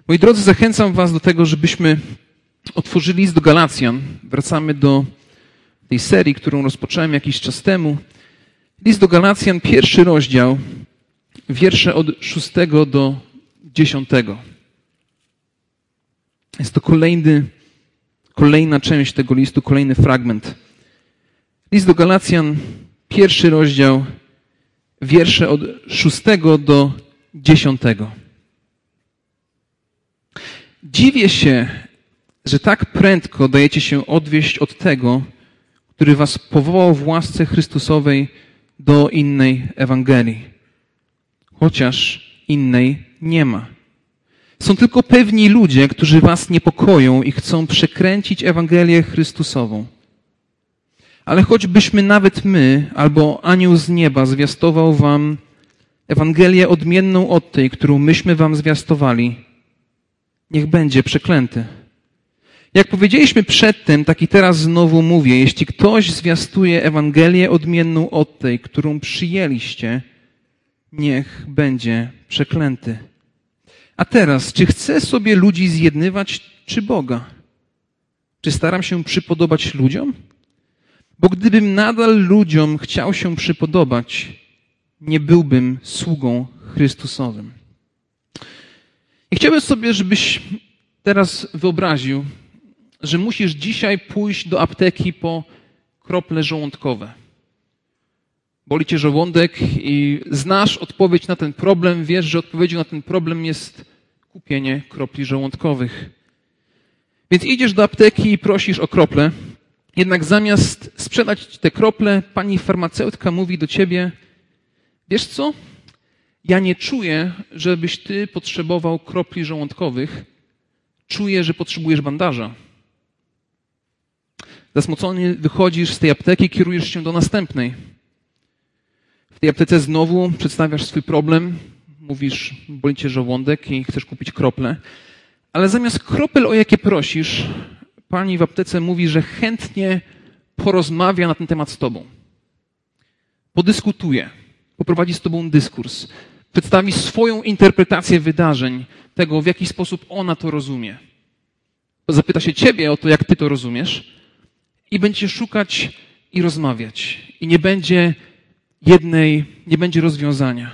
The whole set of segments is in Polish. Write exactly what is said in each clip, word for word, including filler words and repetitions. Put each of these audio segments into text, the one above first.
Moi drodzy, zachęcam was do tego, żebyśmy otworzyli list do Galacjan. Wracamy do tej serii, którą rozpocząłem jakiś czas temu. List do Galacjan, pierwszy rozdział, wiersze od szóstego do dziesiątego. Jest to kolejny, kolejna część tego listu, kolejny fragment. List do Galacjan, pierwszy rozdział, wiersze od szóstego do dziesiątego. Dziwię się, że tak prędko dajecie się odwieść od tego, który was powołał w łasce Chrystusowej do innej Ewangelii. Chociaż innej nie ma. Są tylko pewni ludzie, którzy was niepokoją i chcą przekręcić Ewangelię Chrystusową. Ale choćbyśmy nawet my, albo anioł z nieba zwiastował wam Ewangelię odmienną od tej, którą myśmy wam zwiastowali, niech będzie przeklęty. Jak powiedzieliśmy przedtem, tak i teraz znowu mówię, jeśli ktoś zwiastuje Ewangelię odmienną od tej, którą przyjęliście, niech będzie przeklęty. A teraz, czy chcę sobie ludzi zjednywać, czy Boga? Czy staram się przypodobać ludziom? Bo gdybym nadal ludziom chciał się przypodobać, nie byłbym sługą Chrystusowym. I chciałbym sobie, żebyś teraz wyobraził, że musisz dzisiaj pójść do apteki po krople żołądkowe. Boli cię żołądek i znasz odpowiedź na ten problem, wiesz, że odpowiedzią na ten problem jest kupienie kropli żołądkowych. Więc idziesz do apteki i prosisz o krople, jednak zamiast sprzedać ci te krople, pani farmaceutka mówi do ciebie: wiesz co? Ja nie czuję, żebyś ty potrzebował kropli żołądkowych. Czuję, że potrzebujesz bandaża. Zasmucony wychodzisz z tej apteki, kierujesz się do następnej. W tej aptece znowu przedstawiasz swój problem, mówisz, boli cię żołądek i chcesz kupić krople, ale zamiast kropel, o jakie prosisz, pani w aptece mówi, że chętnie porozmawia na ten temat z tobą. Podyskutuje, poprowadzi z tobą dyskurs, przedstawi swoją interpretację wydarzeń, tego, w jaki sposób ona to rozumie. Zapyta się ciebie o to, jak ty to rozumiesz i będzie szukać i rozmawiać. I nie będzie jednej, nie będzie rozwiązania.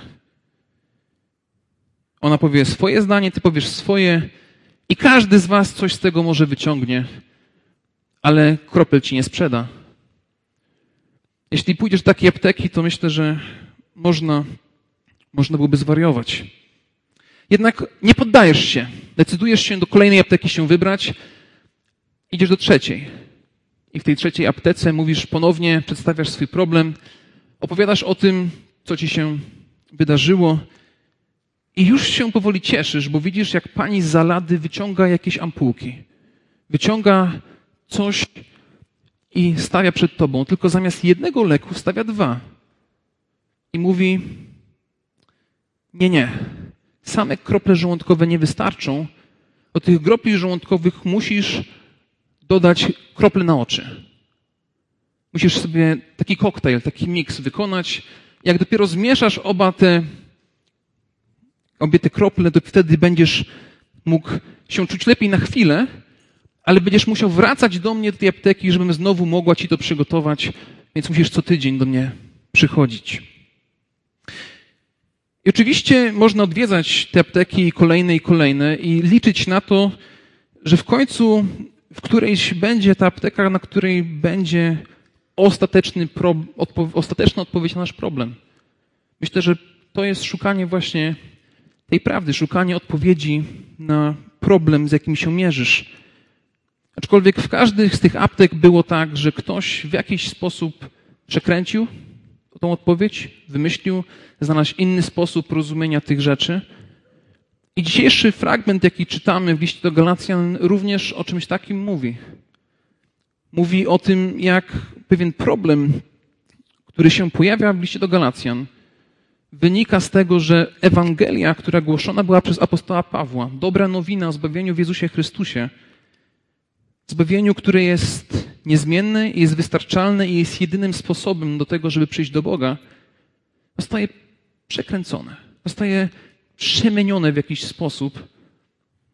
Ona powie swoje zdanie, ty powiesz swoje i każdy z was coś z tego może wyciągnie, ale kropel ci nie sprzeda. Jeśli pójdziesz do takiej apteki, to myślę, że można, można byłoby zwariować. Jednak nie poddajesz się. Decydujesz się do kolejnej apteki się wybrać. Idziesz do trzeciej. I w tej trzeciej aptece mówisz ponownie, przedstawiasz swój problem, opowiadasz o tym, co ci się wydarzyło i już się powoli cieszysz, bo widzisz, jak pani z zalady wyciąga jakieś ampułki. Wyciąga coś i stawia przed tobą, tylko zamiast jednego leku stawia dwa. I mówi: nie, nie. Same krople żołądkowe nie wystarczą. Do tych kropli żołądkowych musisz dodać krople na oczy. Musisz sobie taki koktajl, taki miks wykonać. Jak dopiero zmieszasz oba te, obie te krople, to wtedy będziesz mógł się czuć lepiej na chwilę, ale będziesz musiał wracać do mnie, do tej apteki, żebym znowu mogła ci to przygotować, więc musisz co tydzień do mnie przychodzić. I oczywiście można odwiedzać te apteki kolejne i kolejne i liczyć na to, że w końcu w którejś będzie ta apteka, na której będzie ostateczny pro, odpo, ostateczna odpowiedź na nasz problem. Myślę, że to jest szukanie właśnie tej prawdy, szukanie odpowiedzi na problem, z jakim się mierzysz. Aczkolwiek w każdej z tych aptek było tak, że ktoś w jakiś sposób przekręcił tą odpowiedź, wymyślił, znalazł inny sposób rozumienia tych rzeczy. I dzisiejszy fragment, jaki czytamy w liście do Galacjan, również o czymś takim mówi. Mówi o tym, jak pewien problem, który się pojawia w liście do Galacjan, wynika z tego, że Ewangelia, która głoszona była przez apostoła Pawła, dobra nowina o zbawieniu w Jezusie Chrystusie, zbawieniu, które jest niezmienne, jest wystarczalne i jest jedynym sposobem do tego, żeby przyjść do Boga, zostaje przekręcone, zostaje przemienione w jakiś sposób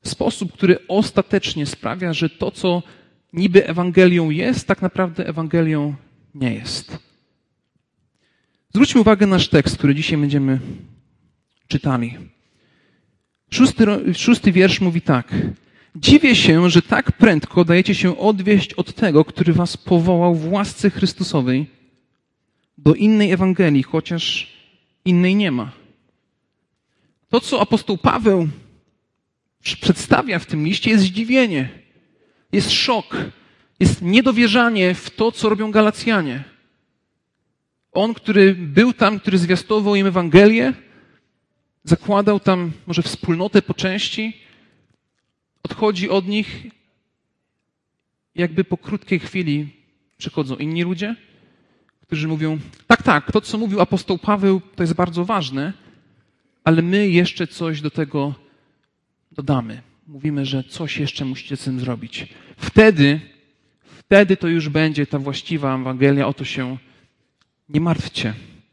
w sposób, który ostatecznie sprawia, że to, co niby Ewangelią jest, tak naprawdę Ewangelią nie jest. Zwróćmy uwagę na nasz tekst, który dzisiaj będziemy czytali. Szósty, szósty wiersz mówi tak. Dziwię się, że tak prędko dajecie się odwieść od tego, który was powołał w łasce Chrystusowej do innej Ewangelii, chociaż innej nie ma. To, co apostoł Paweł przedstawia w tym liście, jest zdziwienie, jest szok, jest niedowierzanie w to, co robią Galacjanie. On, który był tam, który zwiastował im Ewangelię, zakładał tam może wspólnotę po części, odchodzi od nich, jakby po krótkiej chwili przychodzą inni ludzie, którzy mówią, tak, tak, to, co mówił apostoł Paweł, to jest bardzo ważne, ale my jeszcze coś do tego dodamy. Mówimy, że coś jeszcze musicie z tym zrobić. Wtedy, wtedy to już będzie ta właściwa Ewangelia, o to się nie martwcie.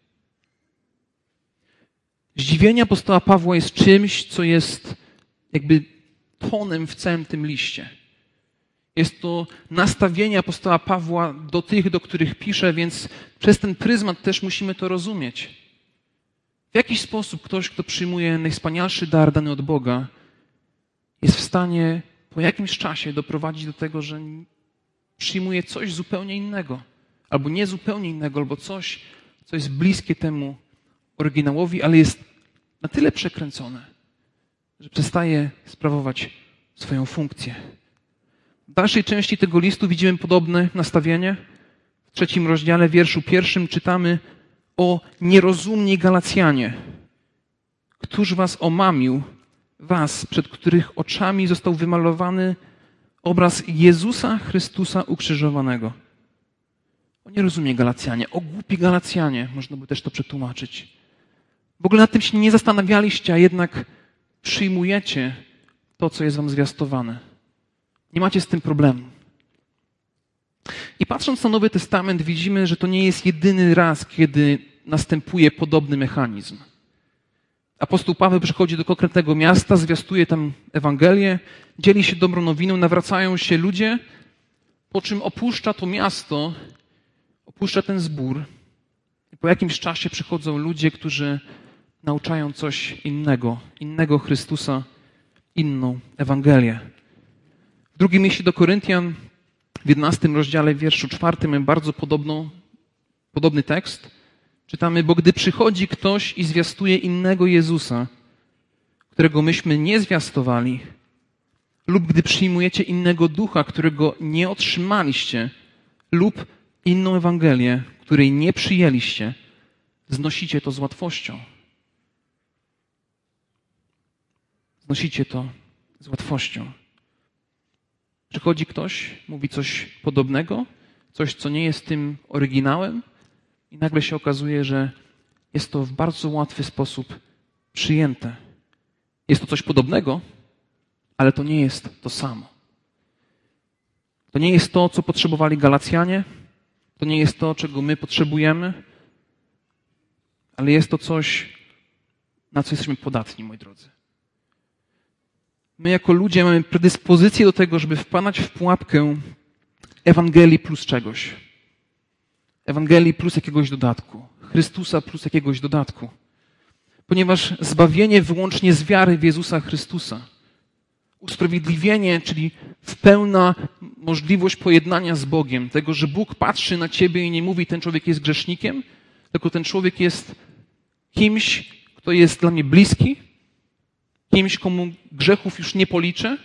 Zdziwienie apostoła Pawła jest czymś, co jest jakby tonem w całym tym liście. Jest to nastawienie apostoła Pawła do tych, do których pisze, więc przez ten pryzmat też musimy to rozumieć. W jakiś sposób ktoś, kto przyjmuje najwspanialszy dar dany od Boga, jest w stanie po jakimś czasie doprowadzić do tego, że przyjmuje coś zupełnie innego, albo nie zupełnie innego, albo coś, co jest bliskie temu oryginałowi, ale jest na tyle przekręcone, że przestaje sprawować swoją funkcję. W dalszej części tego listu widzimy podobne nastawienie. W trzecim rozdziale, wierszu pierwszym czytamy o nierozumni Galacjanie. Któż was omamił, was, przed których oczami został wymalowany obraz Jezusa Chrystusa ukrzyżowanego. O nierozumni Galacjanie, o głupi Galacjanie, można by też to przetłumaczyć. W ogóle nad tym się nie zastanawialiście, a jednak przyjmujecie to, co jest wam zwiastowane. Nie macie z tym problemu. I patrząc na Nowy Testament, widzimy, że to nie jest jedyny raz, kiedy następuje podobny mechanizm. Apostoł Paweł przychodzi do konkretnego miasta, zwiastuje tam Ewangelię, dzieli się dobrą nowiną, nawracają się ludzie, po czym opuszcza to miasto, opuszcza ten zbór i po jakimś czasie przychodzą ludzie, którzy nauczają coś innego, innego Chrystusa, inną Ewangelię. W drugim liście do Koryntian, w jedenastym rozdziale, w wierszu czwartym, mamy bardzo podobną, podobny tekst. Czytamy, bo gdy przychodzi ktoś i zwiastuje innego Jezusa, którego myśmy nie zwiastowali, lub gdy przyjmujecie innego ducha, którego nie otrzymaliście, lub inną Ewangelię, której nie przyjęliście, znosicie to z łatwością. Znosicie to z łatwością. Przychodzi ktoś, mówi coś podobnego, coś, co nie jest tym oryginałem i nagle się okazuje, że jest to w bardzo łatwy sposób przyjęte. Jest to coś podobnego, ale to nie jest to samo. To nie jest to, co potrzebowali Galacjanie, to nie jest to, czego my potrzebujemy, ale jest to coś, na co jesteśmy podatni, moi drodzy. My jako ludzie mamy predyspozycję do tego, żeby wpadać w pułapkę Ewangelii plus czegoś. Ewangelii plus jakiegoś dodatku. Chrystusa plus jakiegoś dodatku. Ponieważ zbawienie wyłącznie z wiary w Jezusa Chrystusa, usprawiedliwienie, czyli w pełna możliwość pojednania z Bogiem, tego, że Bóg patrzy na ciebie i nie mówi, ten człowiek jest grzesznikiem, tylko ten człowiek jest kimś, kto jest dla mnie bliski, kimś, komu grzechów już nie policzę.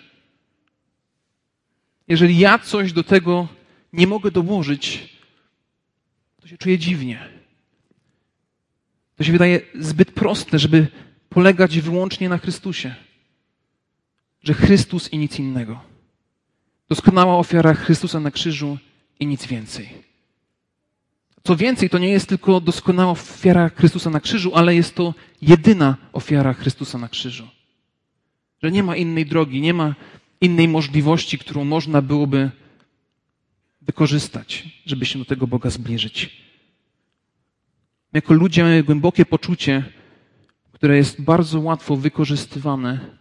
Jeżeli ja coś do tego nie mogę dołożyć, to się czuję dziwnie. To się wydaje zbyt proste, żeby polegać wyłącznie na Chrystusie. Że Chrystus i nic innego. Doskonała ofiara Chrystusa na krzyżu i nic więcej. Co więcej, to nie jest tylko doskonała ofiara Chrystusa na krzyżu, ale jest to jedyna ofiara Chrystusa na krzyżu. Że nie ma innej drogi, nie ma innej możliwości, którą można byłoby wykorzystać, żeby się do tego Boga zbliżyć. Jako ludzie mamy głębokie poczucie, które jest bardzo łatwo wykorzystywane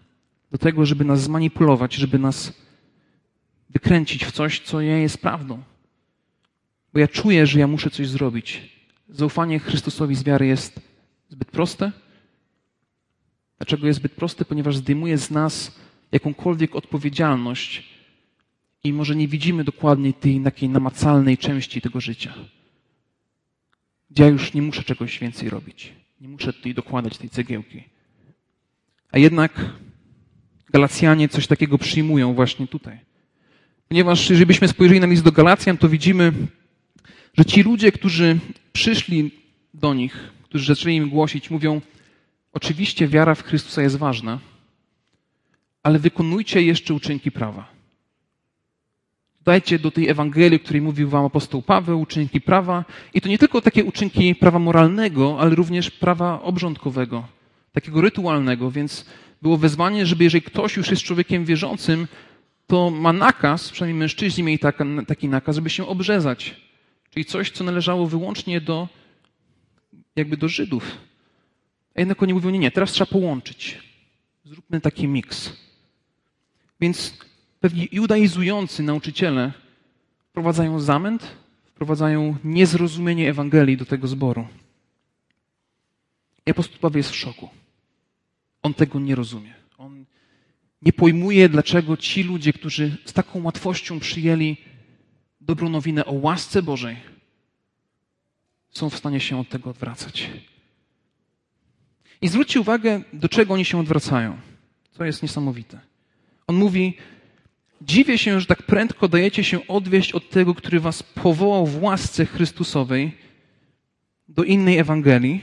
do tego, żeby nas zmanipulować, żeby nas wykręcić w coś, co nie jest prawdą. Bo ja czuję, że ja muszę coś zrobić. Zaufanie Chrystusowi z wiary jest zbyt proste. Dlaczego jest zbyt proste? Ponieważ zdejmuje z nas jakąkolwiek odpowiedzialność i może nie widzimy dokładnie tej takiej namacalnej części tego życia. Gdzie ja już nie muszę czegoś więcej robić. Nie muszę tutaj dokładać tej cegiełki. A jednak Galacjanie coś takiego przyjmują właśnie tutaj. Ponieważ jeżeli byśmy spojrzeli na list do Galacjan, to widzimy, że ci ludzie, którzy przyszli do nich, którzy zaczęli im głosić, mówią: oczywiście wiara w Chrystusa jest ważna, ale wykonujcie jeszcze uczynki prawa. Dajcie do tej Ewangelii, o której mówił wam apostoł Paweł, uczynki prawa. I to nie tylko takie uczynki prawa moralnego, ale również prawa obrządkowego, takiego rytualnego. Więc było wezwanie, żeby jeżeli ktoś już jest człowiekiem wierzącym, to ma nakaz, przynajmniej mężczyźni mieli taka, taki nakaz, żeby się obrzezać. Czyli coś, co należało wyłącznie do, jakby do Żydów. A jednak oni mówią: nie, nie, teraz trzeba połączyć. Zróbmy taki miks. Więc pewni judaizujący nauczyciele wprowadzają zamęt, wprowadzają niezrozumienie Ewangelii do tego zboru. I apostoł Paweł jest w szoku. On tego nie rozumie. On nie pojmuje, dlaczego ci ludzie, którzy z taką łatwością przyjęli dobrą nowinę o łasce Bożej, są w stanie się od tego odwracać. I zwróćcie uwagę, do czego oni się odwracają. To jest niesamowite. On mówi: dziwię się, że tak prędko dajecie się odwieść od tego, który was powołał w łasce Chrystusowej do innej Ewangelii.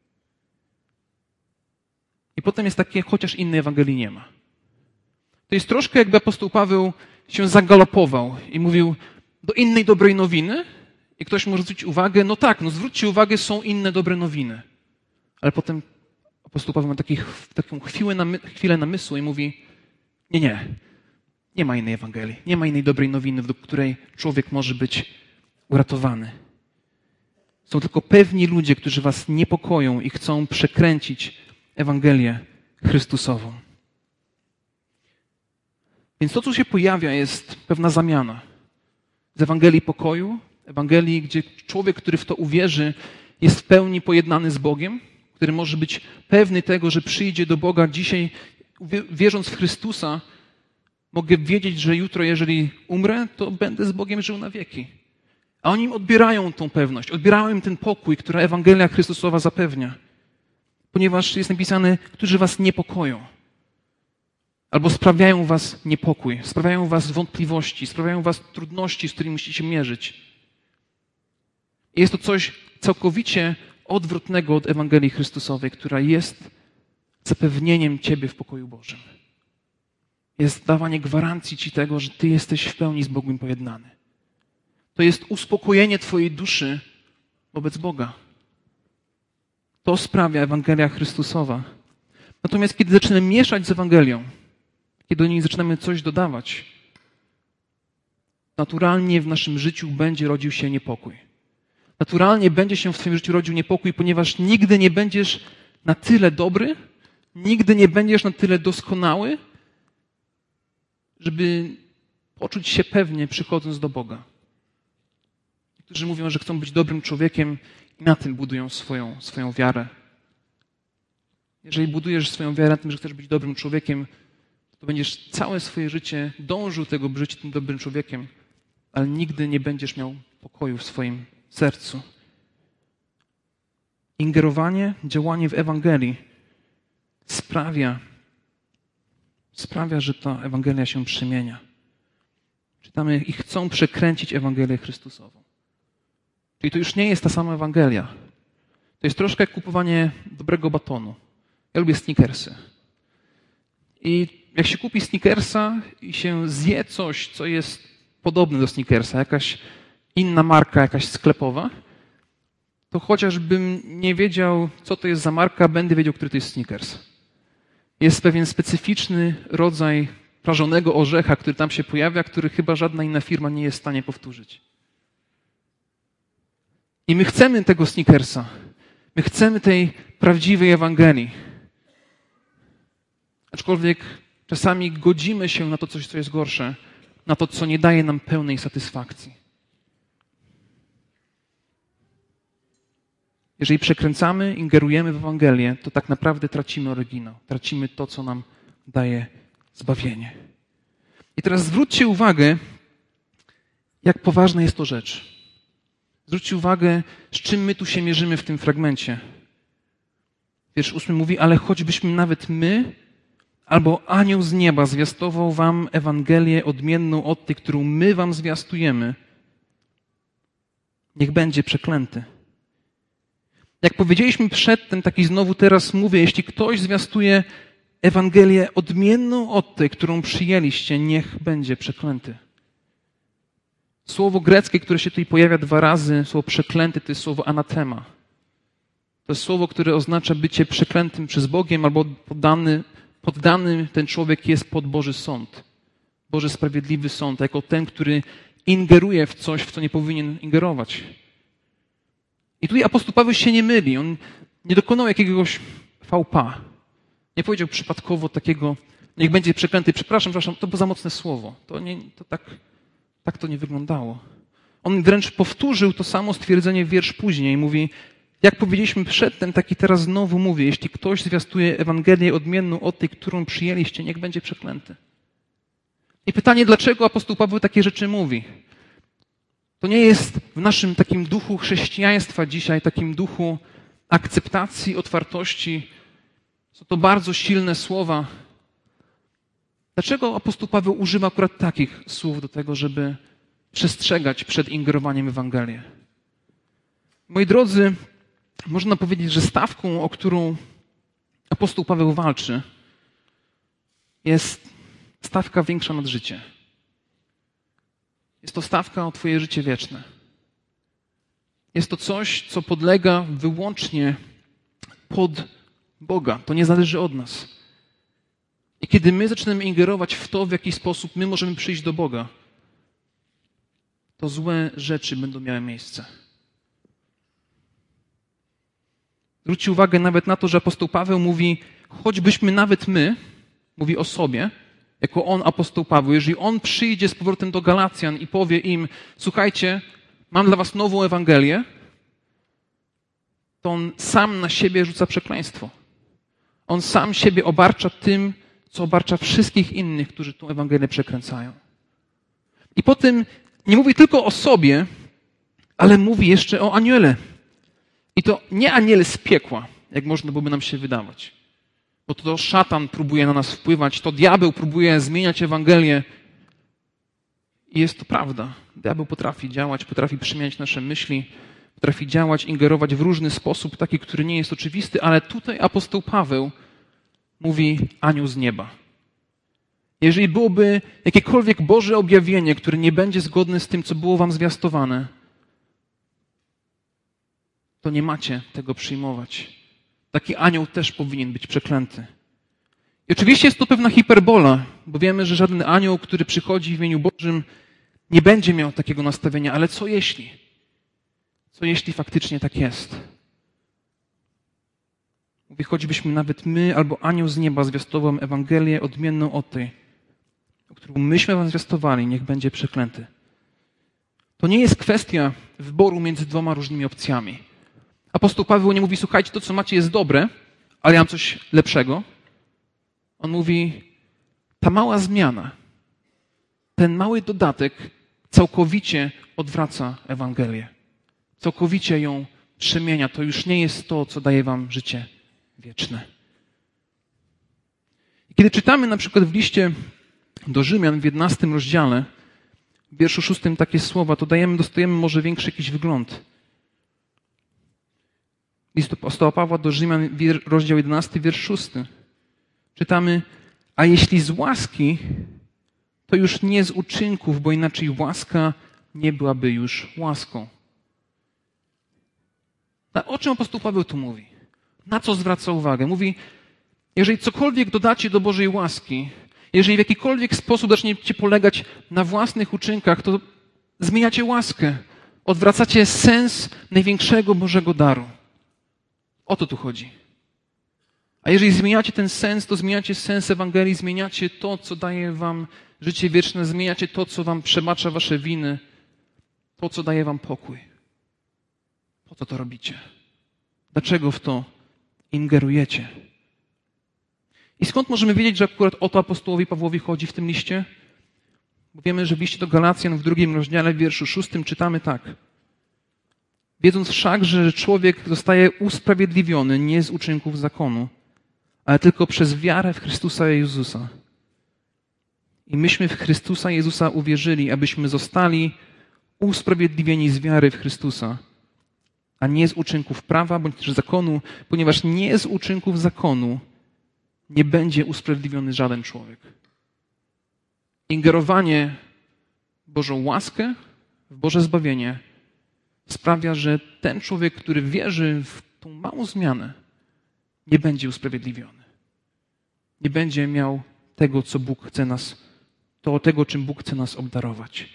I potem jest takie: chociaż innej Ewangelii nie ma. To jest troszkę jakby apostoł Paweł się zagalopował i mówił do innej dobrej nowiny i ktoś może zwrócić uwagę: no tak, no zwróćcie uwagę, są inne dobre nowiny. Ale potem apostoł Paweł ma taki, taką chwilę, namy, chwilę namysłu i mówi: nie, nie, nie ma innej Ewangelii, nie ma innej dobrej nowiny, do której człowiek może być uratowany. Są tylko pewni ludzie, którzy was niepokoją i chcą przekręcić Ewangelię Chrystusową. Więc to, co się pojawia, jest pewna zamiana. Z Ewangelii pokoju, Ewangelii, gdzie człowiek, który w to uwierzy, jest w pełni pojednany z Bogiem, który może być pewny tego, że przyjdzie do Boga dzisiaj, wierząc w Chrystusa, mogę wiedzieć, że jutro, jeżeli umrę, to będę z Bogiem żył na wieki. A oni im odbierają tą pewność, odbierają im ten pokój, który Ewangelia Chrystusowa zapewnia. Ponieważ jest napisane: którzy was niepokoją. Albo sprawiają was niepokój, sprawiają was wątpliwości, sprawiają was trudności, z którymi musicie się mierzyć. I jest to coś całkowicie odwrotnego od Ewangelii Chrystusowej, która jest zapewnieniem ciebie w pokoju Bożym. Jest dawanie gwarancji ci tego, że ty jesteś w pełni z Bogiem pojednany. To jest uspokojenie twojej duszy wobec Boga. To sprawia Ewangelia Chrystusowa. Natomiast kiedy zaczynamy mieszać z Ewangelią, kiedy do niej zaczynamy coś dodawać, naturalnie w naszym życiu będzie rodził się niepokój. Naturalnie będzie się w twoim życiu rodził niepokój, ponieważ nigdy nie będziesz na tyle dobry, nigdy nie będziesz na tyle doskonały, żeby poczuć się pewnie, przychodząc do Boga. Niektórzy mówią, że chcą być dobrym człowiekiem i na tym budują swoją, swoją wiarę. Jeżeli budujesz swoją wiarę na tym, że chcesz być dobrym człowiekiem, to będziesz całe swoje życie dążył tego, by być tym dobrym człowiekiem, ale nigdy nie będziesz miał pokoju w swoim sercu. Ingerowanie, działanie w Ewangelii sprawia, sprawia, że ta Ewangelia się przemienia. Czytamy: i chcą przekręcić Ewangelię Chrystusową. Czyli to już nie jest ta sama Ewangelia. To jest troszkę jak kupowanie dobrego batonu. Ja lubię Snickersy. I jak się kupi Snickersa i się zje coś, co jest podobne do Snickersa, jakaś inna marka, jakaś sklepowa, to chociażbym nie wiedział, co to jest za marka, będę wiedział, który to jest Snickers. Jest pewien specyficzny rodzaj prażonego orzecha, który tam się pojawia, który chyba żadna inna firma nie jest w stanie powtórzyć. I my chcemy tego Snickersa. My chcemy tej prawdziwej Ewangelii. Aczkolwiek Czasami godzimy się na to coś, co jest gorsze, na to, co nie daje nam pełnej satysfakcji. Jeżeli przekręcamy, ingerujemy w Ewangelię, to tak naprawdę tracimy oryginał. Tracimy to, co nam daje zbawienie. I teraz zwróćcie uwagę, jak poważna jest to rzecz. Zwróćcie uwagę, z czym my tu się mierzymy w tym fragmencie. Wiersz ósmy mówi, ale choćbyśmy nawet my, albo anioł z nieba zwiastował wam Ewangelię odmienną od tej, którą my wam zwiastujemy, niech będzie przeklęty. Jak powiedzieliśmy przedtem, tak i znowu teraz mówię, jeśli ktoś zwiastuje Ewangelię odmienną od tej, którą przyjęliście, niech będzie przeklęty. Słowo greckie, które się tutaj pojawia dwa razy, słowo przeklęty, to jest słowo anatema. To jest słowo, które oznacza bycie przeklętym przez Bogiem albo poddany, poddany ten człowiek jest pod Boży sąd. Boży sprawiedliwy sąd, jako ten, który ingeruje w coś, w co nie powinien ingerować. I tutaj apostoł Paweł się nie myli. On nie dokonał jakiegoś fałpa. Nie powiedział przypadkowo takiego, niech będzie przeklęty. Przepraszam, przepraszam, to było za mocne słowo. To, nie, to tak, tak to nie wyglądało. On wręcz powtórzył to samo stwierdzenie w wiersz później. Mówi, jak powiedzieliśmy przedtem, tak i teraz znowu mówię, jeśli ktoś zwiastuje Ewangelię odmienną od tej, którą przyjęliście, niech będzie przeklęty. I pytanie, dlaczego apostoł Paweł takie rzeczy mówi? To nie jest w naszym takim duchu chrześcijaństwa dzisiaj, takim duchu akceptacji, otwartości. Są to bardzo silne słowa. Dlaczego apostoł Paweł używa akurat takich słów do tego, żeby przestrzegać przed ingerowaniem w Ewangelię? Moi drodzy, można powiedzieć, że stawką, o którą apostoł Paweł walczy, jest stawka większa nad życie. Jest to stawka o twoje życie wieczne. Jest to coś, co podlega wyłącznie pod Boga. To nie zależy od nas. I kiedy my zaczynamy ingerować w to, w jaki sposób my możemy przyjść do Boga, to złe rzeczy będą miały miejsce. Zwróćcie uwagę nawet na to, że apostoł Paweł mówi, choćbyśmy nawet my, mówi o sobie, jako on, apostoł Paweł, jeżeli on przyjdzie z powrotem do Galacjan i powie im, słuchajcie, mam dla was nową Ewangelię, to on sam na siebie rzuca przekleństwo. On sam siebie obarcza tym, co obarcza wszystkich innych, którzy tą Ewangelię przekręcają. I potem nie mówi tylko o sobie, ale mówi jeszcze o aniele. I to nie aniele z piekła, jak można byłoby nam się wydawać. Bo to szatan próbuje na nas wpływać, to diabeł próbuje zmieniać Ewangelię. I jest to prawda. Diabeł potrafi działać, potrafi przemieniać nasze myśli, potrafi działać, ingerować w różny sposób, taki, który nie jest oczywisty, ale tutaj apostoł Paweł mówi anioł z nieba. Jeżeli byłoby jakiekolwiek Boże objawienie, które nie będzie zgodne z tym, co było wam zwiastowane, to nie macie tego przyjmować. Taki anioł też powinien być przeklęty. I oczywiście jest to pewna hiperbola, bo wiemy, że żaden anioł, który przychodzi w imieniu Bożym, nie będzie miał takiego nastawienia. Ale co jeśli? Co jeśli faktycznie tak jest? Mówi, choćbyśmy nawet my albo anioł z nieba zwiastował Ewangelię odmienną od tej, o którą myśmy wam zwiastowali, niech będzie przeklęty. To nie jest kwestia wyboru między dwoma różnymi opcjami. Apostoł Paweł nie mówi, słuchajcie, to co macie jest dobre, ale ja mam coś lepszego. On mówi, ta mała zmiana, ten mały dodatek całkowicie odwraca Ewangelię. Całkowicie ją przemienia. To już nie jest to, co daje wam życie wieczne. I kiedy czytamy na przykład w liście do Rzymian w jedenastym rozdziale, w wierszu szóstym takie słowa, to dajemy, dostajemy może większy jakiś wygląd. List apostoła Pawła do Rzymian, rozdział jedenasty, wiersz szósty. Czytamy, a jeśli z łaski, to już nie z uczynków, bo inaczej łaska nie byłaby już łaską. A o czym apostoł Paweł tu mówi? Na co zwraca uwagę? Mówi, jeżeli cokolwiek dodacie do Bożej łaski, jeżeli w jakikolwiek sposób zaczniecie polegać na własnych uczynkach, to zmieniacie łaskę. Odwracacie sens największego Bożego daru. O to tu chodzi. A jeżeli zmieniacie ten sens, to zmieniacie sens Ewangelii, zmieniacie to, co daje wam życie wieczne, zmieniacie to, co wam przebacza wasze winy, to, co daje wam pokój. Po co to robicie? Dlaczego w to ingerujecie? I skąd możemy wiedzieć, że akurat o to apostołowi Pawłowi chodzi w tym liście? Bo wiemy, że w liście do Galacjan w drugim rozdziale, w wierszu szóstym czytamy tak. Wiedząc wszak, że człowiek zostaje usprawiedliwiony nie z uczynków zakonu, ale tylko przez wiarę w Chrystusa Jezusa. I myśmy w Chrystusa Jezusa uwierzyli, abyśmy zostali usprawiedliwieni z wiary w Chrystusa, a nie z uczynków prawa bądź też zakonu, ponieważ nie z uczynków zakonu nie będzie usprawiedliwiony żaden człowiek. Ingerowanie w Bożą łaskę, w Boże zbawienie sprawia, że ten człowiek, który wierzy w tą małą zmianę, nie będzie usprawiedliwiony. Nie będzie miał tego, co Bóg chce nas, to tego, czym Bóg chce nas obdarować.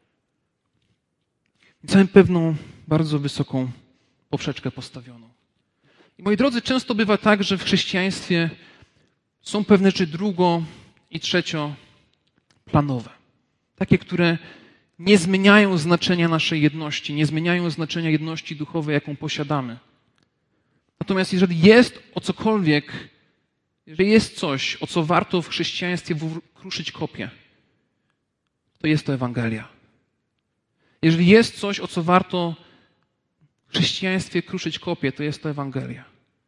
Więc mamy pewną, bardzo wysoką poprzeczkę postawioną. I moi drodzy, często bywa tak, że w chrześcijaństwie są pewne rzeczy drugo- i trzecioplanowe. Takie, które nie zmieniają znaczenia naszej jedności, nie zmieniają znaczenia jedności duchowej, jaką posiadamy. Natomiast jeżeli jest o cokolwiek, jeżeli jest coś, o co warto w chrześcijaństwie kruszyć kopię, to jest to Ewangelia. Jeżeli jest coś, o co warto w chrześcijaństwie kruszyć kopię, to jest to Ewangelia.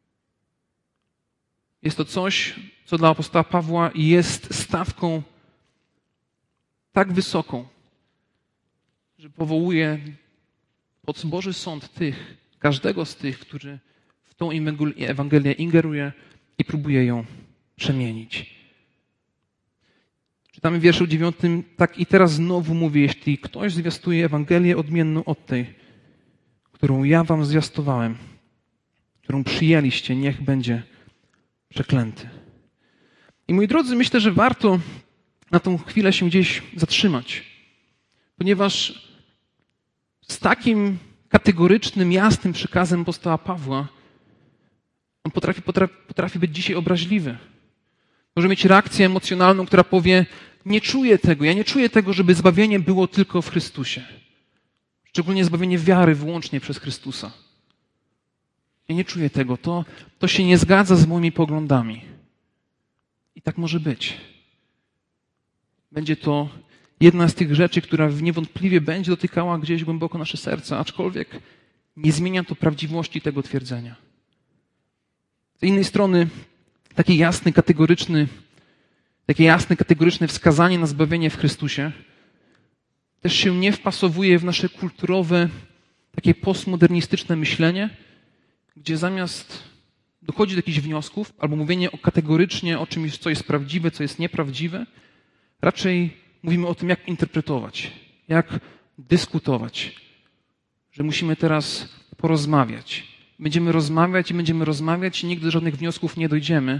Jest to coś, co dla apostoła Pawła jest stawką tak wysoką, że powołuje pod Boży sąd tych, każdego z tych, którzy w tą Ewangelię ingeruje i próbuje ją przemienić. Czytamy w wierszu dziewiątym, tak i teraz znowu mówię, jeśli ktoś zwiastuje Ewangelię odmienną od tej, którą ja wam zwiastowałem, którą przyjęliście, niech będzie przeklęty. I moi drodzy, myślę, że warto na tą chwilę się gdzieś zatrzymać, ponieważ z takim kategorycznym, jasnym przekazem apostoła Pawła on potrafi, potrafi, potrafi być dzisiaj obraźliwy. Może mieć reakcję emocjonalną, która powie, nie czuję tego, ja nie czuję tego, żeby zbawienie było tylko w Chrystusie. Szczególnie zbawienie wiary wyłącznie przez Chrystusa. Ja nie czuję tego, to, to się nie zgadza z moimi poglądami. I tak może być. Będzie to jedna z tych rzeczy, która niewątpliwie będzie dotykała gdzieś głęboko nasze serca, aczkolwiek nie zmienia to prawdziwości tego twierdzenia. Z innej strony taki jasny, kategoryczny, takie jasne, kategoryczne wskazanie na zbawienie w Chrystusie też się nie wpasowuje w nasze kulturowe, takie postmodernistyczne myślenie, gdzie zamiast dochodzi do jakichś wniosków albo mówienie o kategorycznie o czymś, co jest prawdziwe, co jest nieprawdziwe, raczej mówimy o tym, jak interpretować, jak dyskutować, że musimy teraz porozmawiać. Będziemy rozmawiać i będziemy rozmawiać i nigdy do żadnych wniosków nie dojdziemy.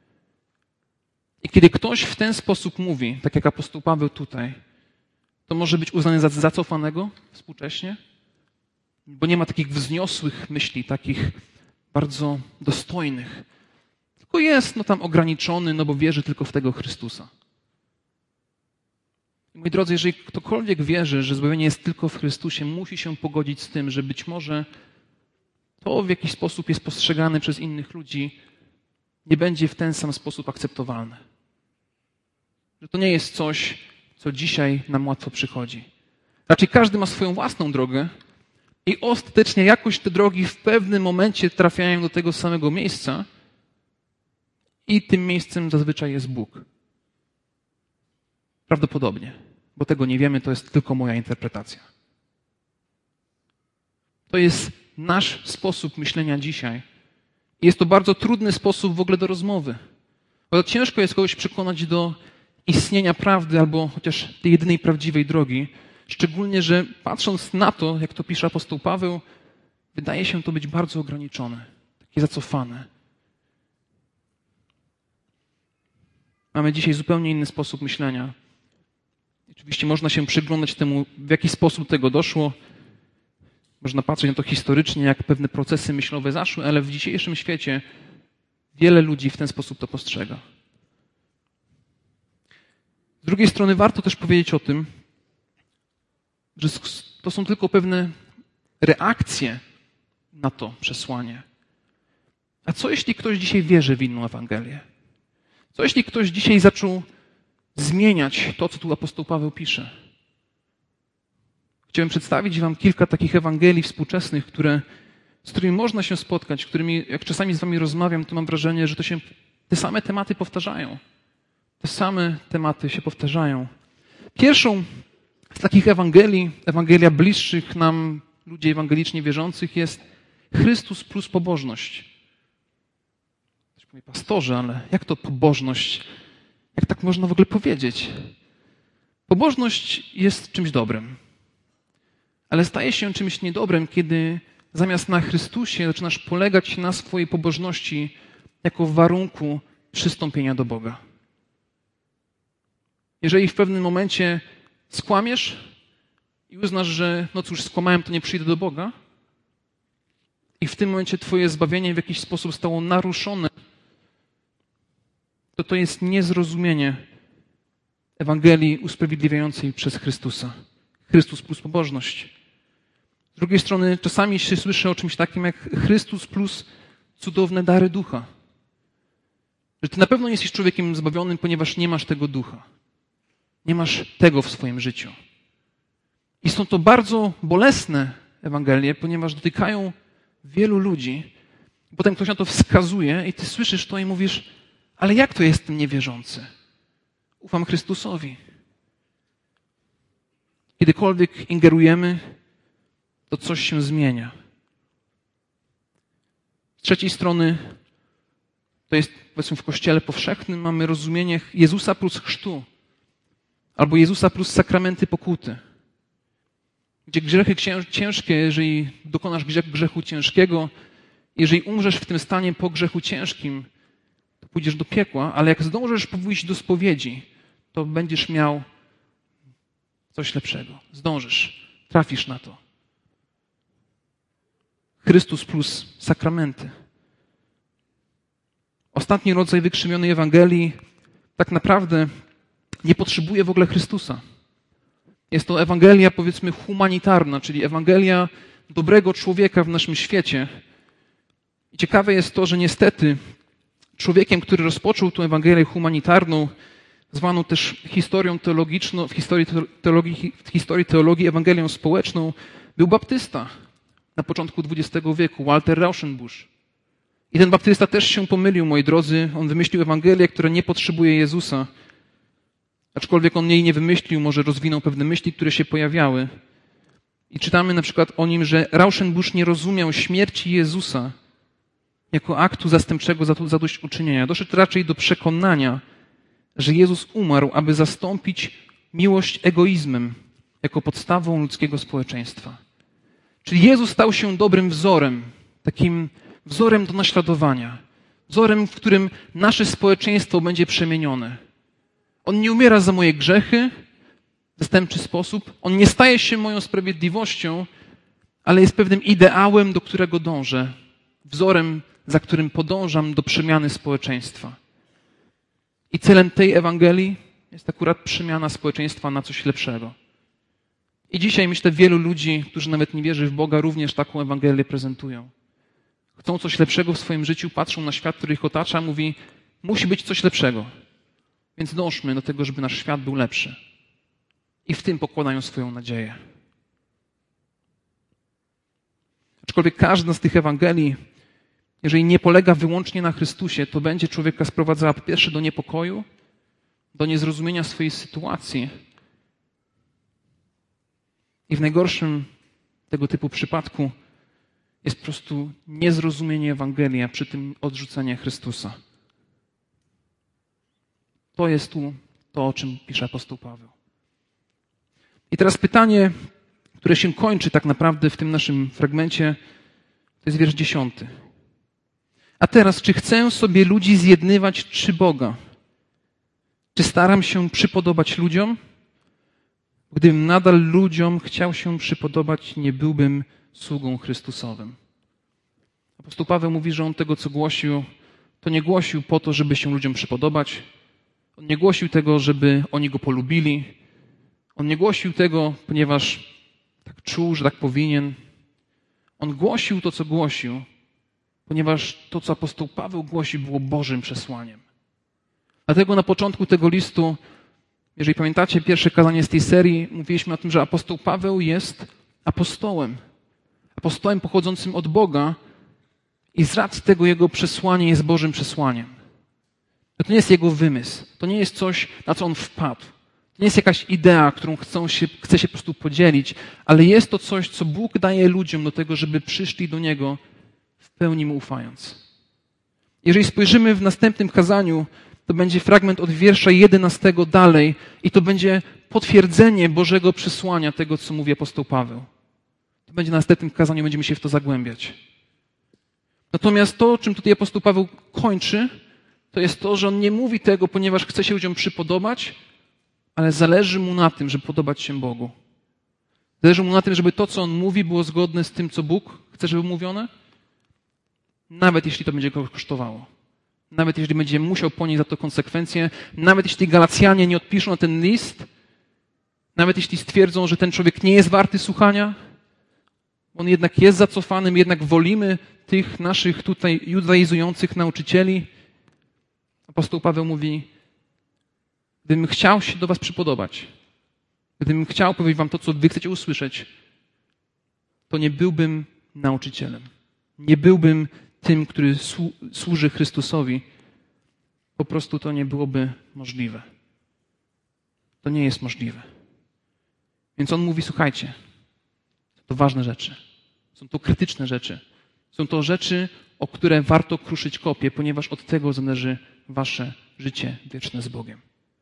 I kiedy ktoś w ten sposób mówi, tak jak apostoł Paweł tutaj, to może być uznany za zacofanego współcześnie, bo nie ma takich wzniosłych myśli, takich bardzo dostojnych. Tylko jest no tam ograniczony, no bo wierzy tylko w tego Chrystusa. I moi drodzy, jeżeli ktokolwiek wierzy, że zbawienie jest tylko w Chrystusie, musi się pogodzić z tym, że być może to w jakiś sposób jest postrzegane przez innych ludzi, nie będzie w ten sam sposób akceptowalne. Że to nie jest coś, co dzisiaj nam łatwo przychodzi. Raczej każdy ma swoją własną drogę i ostatecznie jakoś te drogi w pewnym momencie trafiają do tego samego miejsca i tym miejscem zazwyczaj jest Bóg. Prawdopodobnie, bo tego nie wiemy, to jest tylko moja interpretacja. To jest nasz sposób myślenia dzisiaj. I jest to bardzo trudny sposób w ogóle do rozmowy. Bo ciężko jest kogoś przekonać do istnienia prawdy albo chociaż tej jedynej prawdziwej drogi. Szczególnie, że patrząc na to, jak to pisze apostoł Paweł, wydaje się to być bardzo ograniczone, takie zacofane. Mamy dzisiaj zupełnie inny sposób myślenia. Oczywiście można się przyglądać temu, w jaki sposób do tego doszło. Można patrzeć na to historycznie, jak pewne procesy myślowe zaszły, ale w dzisiejszym świecie Wiele ludzi w ten sposób to postrzega. Z drugiej strony warto też powiedzieć o tym, że to są tylko pewne reakcje na to przesłanie. A co jeśli ktoś dzisiaj wierzy w inną Ewangelię? Co jeśli ktoś dzisiaj zaczął zmieniać to, co tu apostoł Paweł pisze? Chciałem przedstawić wam kilka takich Ewangelii współczesnych, które, z którymi można się spotkać, którymi, jak czasami z wami rozmawiam, to mam wrażenie, że to się te same tematy powtarzają. Te same tematy się powtarzają. Pierwszą z takich Ewangelii, Ewangelia bliższych nam ludzi ewangelicznie wierzących, jest Chrystus plus pobożność. Ktoś powie, pastorze, ale jak to pobożność? Jak tak można w ogóle powiedzieć? Pobożność jest czymś dobrym, ale staje się czymś niedobrym, kiedy zamiast na Chrystusie zaczynasz polegać na swojej pobożności jako warunku przystąpienia do Boga. Jeżeli w pewnym momencie skłamiesz i uznasz, że no cóż, skłamałem, to nie przyjdę do Boga, i w tym momencie twoje zbawienie w jakiś sposób stało naruszone, to to jest niezrozumienie Ewangelii usprawiedliwiającej przez Chrystusa. Chrystus plus pobożność. Z drugiej strony czasami się słyszy o czymś takim jak Chrystus plus cudowne dary ducha. Że ty na pewno nie jesteś człowiekiem zbawionym, ponieważ nie masz tego ducha. Nie masz tego w swoim życiu. I są to bardzo bolesne Ewangelie, ponieważ dotykają wielu ludzi. Potem ktoś na to wskazuje i ty słyszysz to i mówisz, ale jak to jestem niewierzący? Ufam Chrystusowi. Kiedykolwiek ingerujemy, to coś się zmienia. Z trzeciej strony, to jest powiedzmy w Kościele powszechnym, mamy rozumienie Jezusa plus chrztu. Albo Jezusa plus sakramenty pokuty. Gdzie grzechy ciężkie, jeżeli dokonasz grzechu ciężkiego, jeżeli umrzesz w tym stanie po grzechu ciężkim, to pójdziesz do piekła, ale jak zdążysz pójść do spowiedzi, to będziesz miał coś lepszego. Zdążysz, trafisz na to. Chrystus plus sakramenty. Ostatni rodzaj wykrzywionej Ewangelii tak naprawdę nie potrzebuje w ogóle Chrystusa. Jest to Ewangelia, powiedzmy, humanitarna, czyli Ewangelia dobrego człowieka w naszym świecie. I ciekawe jest to, że niestety człowiekiem, który rozpoczął tę Ewangelię humanitarną, zwaną też historią teologiczną, w historii teologii, w historii teologii Ewangelią społeczną, był baptysta na początku dwudziestego wieku, Walter Rauschenbusch. I ten baptysta też się pomylił, moi drodzy. On wymyślił Ewangelię, która nie potrzebuje Jezusa. Aczkolwiek on jej nie wymyślił, może rozwinął pewne myśli, które się pojawiały. I czytamy na przykład o nim, że Rauschenbusch nie rozumiał śmierci Jezusa jako aktu zastępczego zadośćuczynienia. Doszedł raczej do przekonania, że Jezus umarł, aby zastąpić miłość egoizmem jako podstawą ludzkiego społeczeństwa. Czyli Jezus stał się dobrym wzorem, takim wzorem do naśladowania. Wzorem, w którym nasze społeczeństwo będzie przemienione. On nie umiera za moje grzechy w zastępczy sposób. On nie staje się moją sprawiedliwością, ale jest pewnym ideałem, do którego dążę. Wzorem, za którym podążam do przemiany społeczeństwa. I celem tej Ewangelii jest akurat przemiana społeczeństwa na coś lepszego. I dzisiaj myślę, wielu ludzi, którzy nawet nie wierzy w Boga, również taką Ewangelię prezentują. Chcą coś lepszego w swoim życiu, patrzą na świat, który ich otacza, mówi, musi być coś lepszego. Więc dążmy do tego, żeby nasz świat był lepszy. I w tym pokładają swoją nadzieję. Aczkolwiek każda z tych Ewangelii, jeżeli nie polega wyłącznie na Chrystusie, to będzie człowieka sprowadzała po pierwsze do niepokoju, do niezrozumienia swojej sytuacji. I w najgorszym tego typu przypadku jest po prostu niezrozumienie Ewangelii, a przy tym odrzucenie Chrystusa. To jest tu to, o czym pisze apostoł Paweł. I teraz pytanie, które się kończy tak naprawdę w tym naszym fragmencie, to jest wiersz dziesiąty. A teraz, czy chcę sobie ludzi zjednywać, czy Boga? Czy staram się przypodobać ludziom? Gdybym nadal ludziom chciał się przypodobać, nie byłbym sługą Chrystusowym. Apostoł Paweł mówi, że on tego, co głosił, to nie głosił po to, żeby się ludziom przypodobać. On nie głosił tego, żeby oni go polubili. On nie głosił tego, ponieważ tak czuł, że tak powinien. On głosił to, co głosił, ponieważ to, co apostoł Paweł głosił, było Bożym przesłaniem. Dlatego na początku tego listu, jeżeli pamiętacie pierwsze kazanie z tej serii, mówiliśmy o tym, że apostoł Paweł jest apostołem. Apostołem pochodzącym od Boga i z racji tego jego przesłanie jest Bożym przesłaniem. To nie jest jego wymysł. To nie jest coś, na co on wpadł. To nie jest jakaś idea, którą chcą się, chce się po prostu podzielić, ale jest to coś, co Bóg daje ludziom do tego, żeby przyszli do Niego w pełni Mu ufając. Jeżeli spojrzymy w następnym kazaniu, to będzie fragment od wiersza jedenastego dalej i to będzie potwierdzenie Bożego przesłania tego, co mówi apostoł Paweł. To będzie na następnym kazaniu, będziemy się w to zagłębiać. Natomiast to, czym tutaj apostoł Paweł kończy, to jest to, że on nie mówi tego, ponieważ chce się ludziom przypodobać, ale zależy mu na tym, żeby podobać się Bogu. Zależy mu na tym, żeby to, co on mówi, było zgodne z tym, co Bóg chce, żeby mówione, nawet jeśli to będzie go kosztowało. Nawet jeśli będzie musiał ponieść za to konsekwencje, nawet jeśli Galacjanie nie odpiszą na ten list, nawet jeśli stwierdzą, że ten człowiek nie jest warty słuchania, on jednak jest zacofany, my jednak wolimy tych naszych tutaj judaizujących nauczycieli. Apostoł Paweł mówi, gdybym chciał się do was przypodobać, gdybym chciał powiedzieć wam to, co wy chcecie usłyszeć, to nie byłbym nauczycielem. Nie byłbym tym, który służy Chrystusowi. Po prostu to nie byłoby możliwe. To nie jest możliwe. Więc on mówi, słuchajcie, to ważne rzeczy. Są to krytyczne rzeczy. Są to rzeczy, o które warto kruszyć kopie, ponieważ od tego zależy wasze życie wieczne z Bogiem.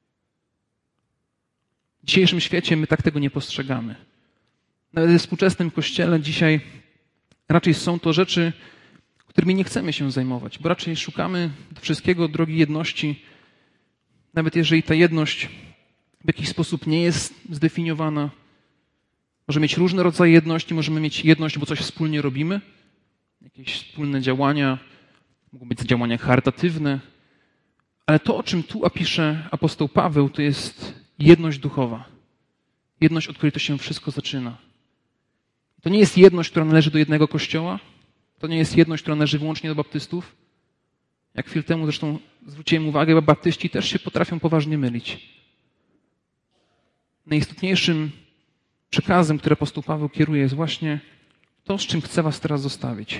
W dzisiejszym świecie my tak tego nie postrzegamy. Nawet w współczesnym Kościele dzisiaj raczej są to rzeczy, którymi nie chcemy się zajmować, bo raczej szukamy do wszystkiego drogi jedności, nawet jeżeli ta jedność w jakiś sposób nie jest zdefiniowana. Możemy mieć różne rodzaje jedności, możemy mieć jedność, bo coś wspólnie robimy, jakieś wspólne działania, mogą być działania charytatywne, ale to, o czym tu pisze apostoł Paweł, to jest jedność duchowa. Jedność, od której to się wszystko zaczyna. To nie jest jedność, która należy do jednego kościoła, to nie jest jedność, która należy wyłącznie do baptystów. Jak chwilę temu zresztą zwróciłem uwagę, bo baptyści też się potrafią poważnie mylić. Najistotniejszym przekazem, który apostoł Paweł kieruje, jest właśnie to, z czym chcę was teraz zostawić.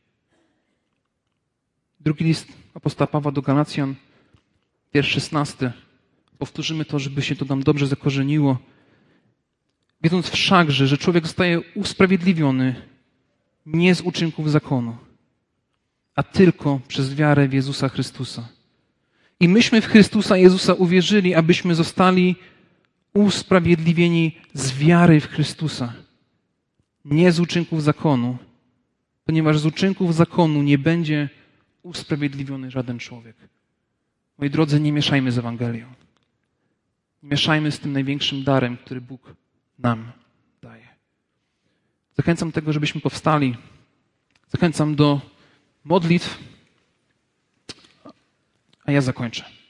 Drugi list apostoła Pawła do Galacjan, wiersz szesnasty. Powtórzymy to, żeby się to nam dobrze zakorzeniło. Wiedząc wszakże, że człowiek zostaje usprawiedliwiony nie z uczynków zakonu, a tylko przez wiarę w Jezusa Chrystusa. I myśmy w Chrystusa Jezusa uwierzyli, abyśmy zostali usprawiedliwieni z wiary w Chrystusa, nie z uczynków zakonu, ponieważ z uczynków zakonu nie będzie usprawiedliwiony żaden człowiek. Moi drodzy, nie mieszajmy z Ewangelią. Nie mieszajmy z tym największym darem, który Bóg nam daje. Zachęcam do tego, żebyśmy powstali. Zachęcam do modlitw, a ja zakończę.